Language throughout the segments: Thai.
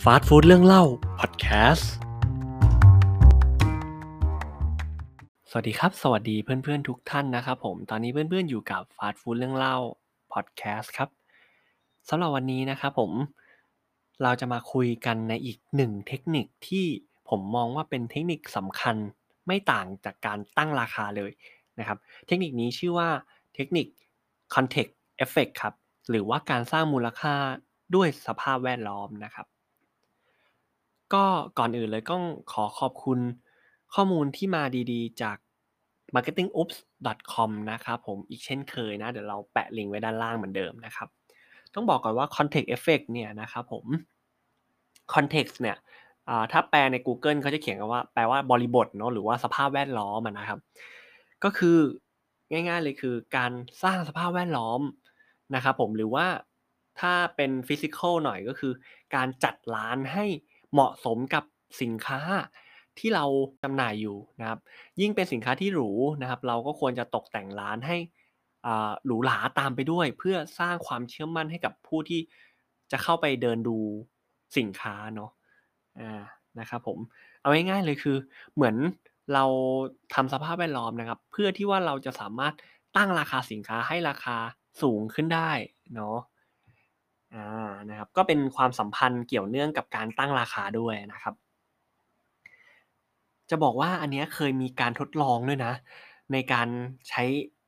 ฟาสต์ฟู้ดเรื่องเล่าพอดแคสต์สวัสดีครับสวัสดีเพื่อนๆทุกท่านนะครับผมตอนนี้เพื่อนๆอยู่กับฟาสต์ฟู้ดเรื่องเล่าพอดแคสต์ครับสำหรับวันนี้นะครับผมเราจะมาคุยกันในอีกหนึ่งเทคนิคที่ผมมองว่าเป็นเทคนิคสำคัญไม่ต่างจากการตั้งราคาเลยนะครับเทคนิคนี้ชื่อว่าเทคนิค Context Effect ครับหรือว่าการสร้างมูลค่าด้วยสภาพแวดล้อมนะครับ ก็ก่อนอื่นเลยต้องขอขอบคุณข้อมูลที่มาดีๆจาก marketingoops.com นะครับผมอีกเช่นเคยนะเดี๋ยวเราแปะลิงก์ไว้ด้านล่างเหมือนเดิมนะครับต้องบอกก่อนว่า context effect เนี่ยนะครับผม context เนี่ยถ้าแปลในกูเกิลเขาจะเขียนกันว่าแปลว่าบริบทเนาะหรือว่าสภาพแวดล้อมอะนะครับก็คือง่ายๆเลยคือการสร้างสภาพแวดล้อมนะครับผมหรือว่าถ้าเป็นฟิสิกอลหน่อยก็คือการจัดร้านให้เหมาะสมกับสินค้าที่เราจำหน่ายอยู่นะครับยิ่งเป็นสินค้าที่หรูนะครับเราก็ควรจะตกแต่งร้านให้หรูหราตามไปด้วยเพื่อสร้างความเชื่อมั่นให้กับผู้ที่จะเข้าไปเดินดูสินค้าเนาะนะครับผมเอาง่ายๆเลยคือเหมือนเราทำสภาพแวดล้อมนะครับเพื่อที่ว่าเราจะสามารถตั้งราคาสินค้าให้ราคาสูงขึ้นได้เนาะนะครับก็เป็นความสัมพันธ์เกี่ยวเนื่องกับการตั้งราคาด้วยนะครับจะบอกว่าอันเนี้ยเคยมีการทดลองด้วยนะในการใช้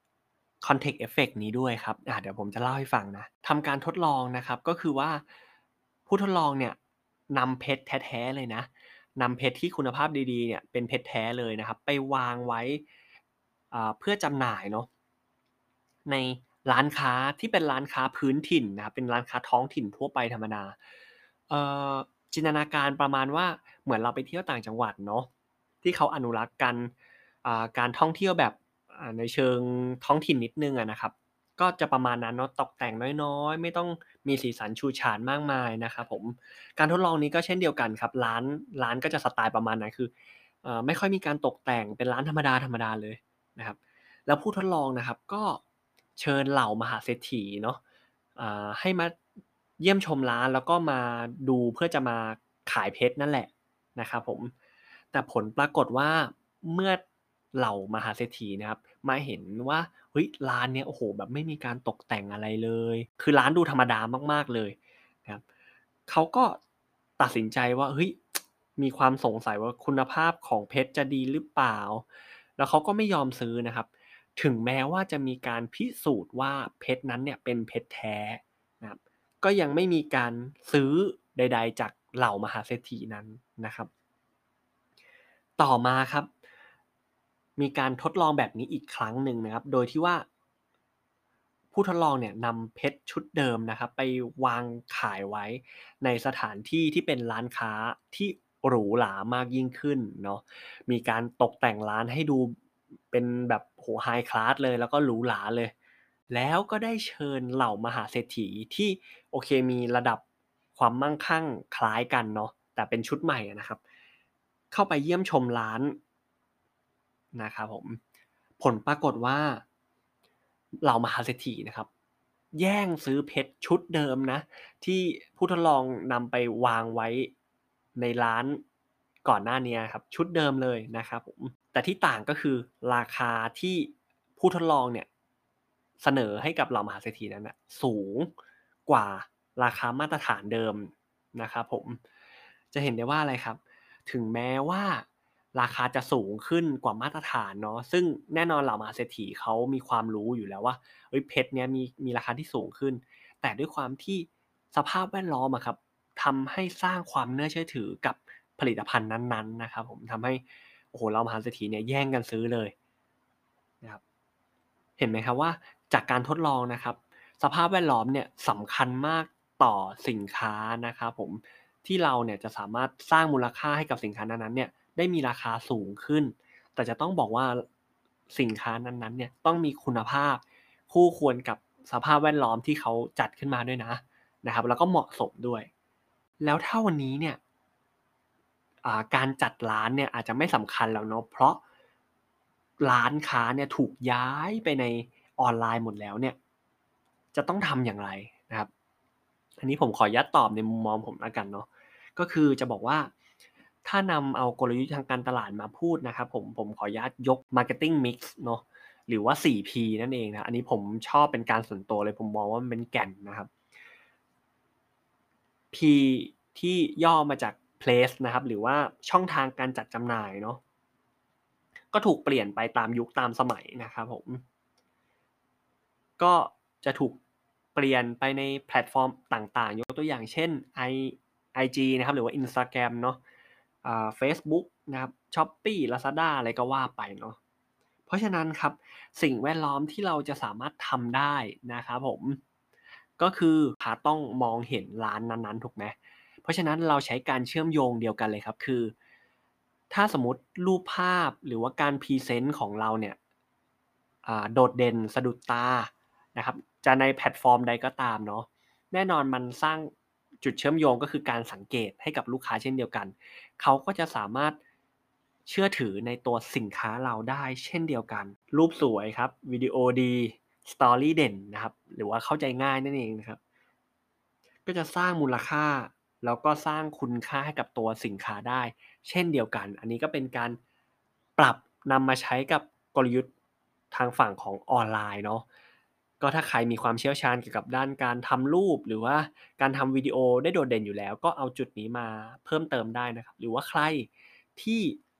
context effect นี้ด้วยครับเดี๋ยวผมจะเล่าให้ฟังนะทำการทดลองนะครับก็คือว่าผู้ทดลองเนี่ยนำเพชรแท้ๆเลยนะนำเพชรที่คุณภาพดีๆเนี่ยเป็นเพชรแท้เลยนะครับไปวางไว้เพื่อจำหน่ายเนาะในร้านค้าที่เป็นร้านค้าพื้นถิ่นนะครับเป็นร้านค้าท้องถิ่นทั่วไปธรรมดาเอ่อจินตนาการประมาณว่าเหมือนเราไปเที่ยวต่างจังหวัดเนาะที่เขาอนุรักษ์กันการท่องเที่ยวแบบในเชิงท้องถิ่นนิดหนึ่งอะนะครับก็จะประมาณนั้นเนาะตกแต่งน้อยๆไม่ต้องมีสีสันฉูดฉาดมากมายนะครับผมการทดลองนี้ก็เช่นเดียวกันครับร้านก็จะสไตล์ประมาณนั้นคือไม่ค่อยมีการตกแต่งเป็นร้านธรรมดาๆเลยนะครับแล้วผู้ทดลองนะครับก็เชิญเหล่ามหาเศรษฐีเนาะให้มาเยี่ยมชมร้านแล้วก็มาดูเพื่อจะมาขายเพชรนั่นแหละนะครับผมแต่ผลปรากฏว่าเมื่อเหล่ามหาเศรษฐีนะครับมาเห็นว่าเฮ้ยร้านเนี้ยโอ้โฮแบบไม่มีการตกแต่งอะไรเลยคือร้านดูธรรมดามากๆเลยนะครับเขาก็ตัดสินใจว่าเฮ้ยมีความสงสัยว่าคุณภาพของเพชรจะดีหรือเปล่าแล้วเขาก็ไม่ยอมซื้อนะครับถึงแม้ว่าจะมีการพิสูจน์ว่าเพชรนั้นเนี่ยเป็นเพชรแท้นะครับก็ยังไม่มีการซื้อใดๆจากเหล่ามหาเศรษฐีนั้นนะครับ ต่อมาครับมีการทดลองแบบนี้อีกครั้งหนึ่งนะครับโดยที่ว่าผู้ทดลองเนี่ยนำเพชรชุดเดิมนะครับไปวางขายไว้ในสถานที่ที่เป็นร้านค้าที่หรูหรามากยิ่งขึ้นเนาะมีการตกแต่งร้านให้ดูเป็นแบบโอ้โฮไฮคลาสเลยแล้วก็หรูหราเลยแล้วก็ได้เชิญเหล่ามหาเศรษฐีที่โอเคมีระดับความมั่งคั่งคล้ายกันเนาะแต่เป็นชุดใหม่อะนะครับเข้าไปเยี่ยมชมร้าน นะครับผมผลปรากฏว่าเหล่ามหาเศรษฐีนะครับแย่งซื้อเพชรชุดเดิมนะที่ผู้ทดลองนำไปวางไว้ในร้านก่อนหน้าเนี้ยครับชุดเดิมเลยนะครับผมแต่ที่ต่างก็คือราคาที่ผู้ทดลองเนี่ยเสนอให้กับเหล่ามหาเศรษฐีนั้นน่ะสูงกว่าราคามาตรฐานเดิมนะครับผมจะเห็นได้ว่าอะไรครับ ถึงแม้ว่าราคาจะสูงขึ้นกว่ามาตรฐานเนาะซึ่งแน่นอนเหล่ามหาเศรษฐีเขามีความรู้อยู่แล้วว่าเฮ้ยเพชรเนี้ยมีราคาที่สูงขึ้นแต่ด้วยความที่สภาพแวดล้อมอะครับทำให้สร้างความน่าเชื่อถือกับผลิตภัณฑ์นั้นๆนะครับผมทำให้โอ้โฮเหล่ามหาเศรษฐีเนี่ยแย่งกันซื้อเลยนะครับเห็นไหมครับว่าจากการทดลองนะครับสภาพแวดล้อมเนี่ยสำคัญมากต่อสินค้านะครับผม ที่เราเนี่ยจะสามารถสร้างมูลค่าให้กับสินค้านั้นๆเนี่ยได้มีราคาสูงขึ้นแต่จะต้องบอกว่าสินค้านั้นๆเนี่ยต้องมีคุณภาพคู่ควรกับสภาพแวดล้อมที่เขาจัดขึ้นมาด้วยนะครับแล้วก็เหมาะสมด้วยแล้วถ้าวันนี้เนี่ยการจัดร้านเนี่ยอาจจะไม่สำคัญแล้วเนาะเพราะร้านค้าเนี่ยถูกย้ายไปในออนไลน์หมดแล้วเนี่ยจะต้องทำอย่างไรนะครับอันนี้ผมขออนุญาตตอบในมุมมองผมแล้วกันเนาะก็คือจะบอกว่าถ้านำเอากลยุทธ์ทางการตลาดมาพูดนะครับผมขออนุญาตยก Marketing Mix เนาะหรือว่า 4P นั่นเองนะอันนี้ผมชอบเป็นการส่วนตัวเลยผมมองว่ามันเป็นแก่นนะครับ P ที่ย่อมาจาก Place นะครับหรือว่าช่องทางการจัดจำหน่ายเนาะก็ถูกเปลี่ยนไปตามยุคตามสมัยนะครับผมก็จะถูกเปลี่ยนไปในแพลตฟอร์มต่างๆยกตัวอย่างเช่นIG นะครับหรือว่า Instagram เนาะเฟซบุ๊กนะครับ Shopee Lazada อะไรก็ว่าไปเนาะเพราะฉะนั้นครับสิ่งแวดล้อมที่เราจะสามารถทำได้นะครับผมก็คือต้องมองเห็นร้านนั้นๆถูกไหมเพราะฉะนั้นเราใช้การเชื่อมโยงเดียวกันเลยครับคือถ้าสมมุติรูปภาพหรือว่าการพรีเซนต์ของเราเนี่ยโดดเด่นสะดุดตานะครับจะในแพลตฟอร์มใดก็ตามเนาะแน่นอนมันสร้างจุดเชื่อมโยงก็คือการสังเกตให้กับลูกค้าเช่นเดียวกันเขาก็จะสามารถเชื่อถือในตัวสินค้าเราได้เช่นเดียวกันรูปสวยครับวิดีโอดีสตอรี่เด่นนะครับหรือว่าเข้าใจง่ายนั่นเองนะครับ ก็จะสร้างมูลค่าแล้วก็สร้างคุณค่าให้กับตัวสินค้าได้เช่นเดียวกันอันนี้ก็เป็นการปรับนำมาใช้กับกลยุทธ์ทางฝั่งของออนไลน์เนาะก็ถ้าใครมีความเชี่ยวชาญเกี่ยวกับด้านการทำรูปหรือว่าการทำวิดีโอได้โดดเด่นอยู่แล้วก็เอาจุดนี้มาเพิ่มเติมได้นะครับหรือว่าใครที่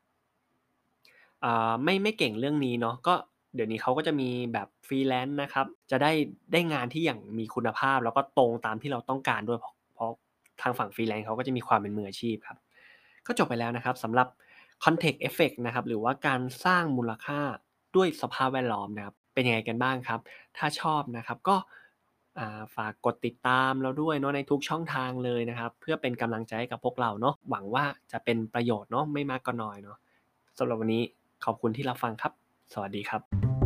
ไม่เก่งเรื่องนี้เนาะก็เดี๋ยวนี้เขาก็จะมีแบบ Freelance นะครับจะได้งานที่อย่างมีคุณภาพแล้วก็ตรงตามที่เราต้องการด้วยเพราะทางฝั่ง Freelance เขาก็จะมีความเป็นมืออาชีพครับก็จบไปแล้วนะครับสำหรับ Context Effect นะครับหรือว่าการสร้างมูลค่าด้วยสภาพแวดล้อมนะครับเป็นยังไงกันบ้างครับถ้าชอบนะครับก็ฝากกดติดตามเราด้วยเนาะในทุกช่องทางเลยนะครับเพื่อเป็นกำลังใจให้กับพวกเราเนาะหวังว่าจะเป็นประโยชน์เนาะไม่มากก็น้อยเนาะ สำหรับวันนี้ขอบคุณที่รับฟังครับ สวัสดีครับ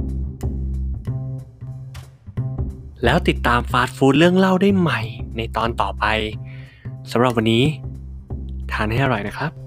แล้วติดตามฟาสต์ฟู้ดเรื่องเล่าได้ใหม่ในตอนต่อไป สำหรับวันนี้ทานให้อร่อยนะครับ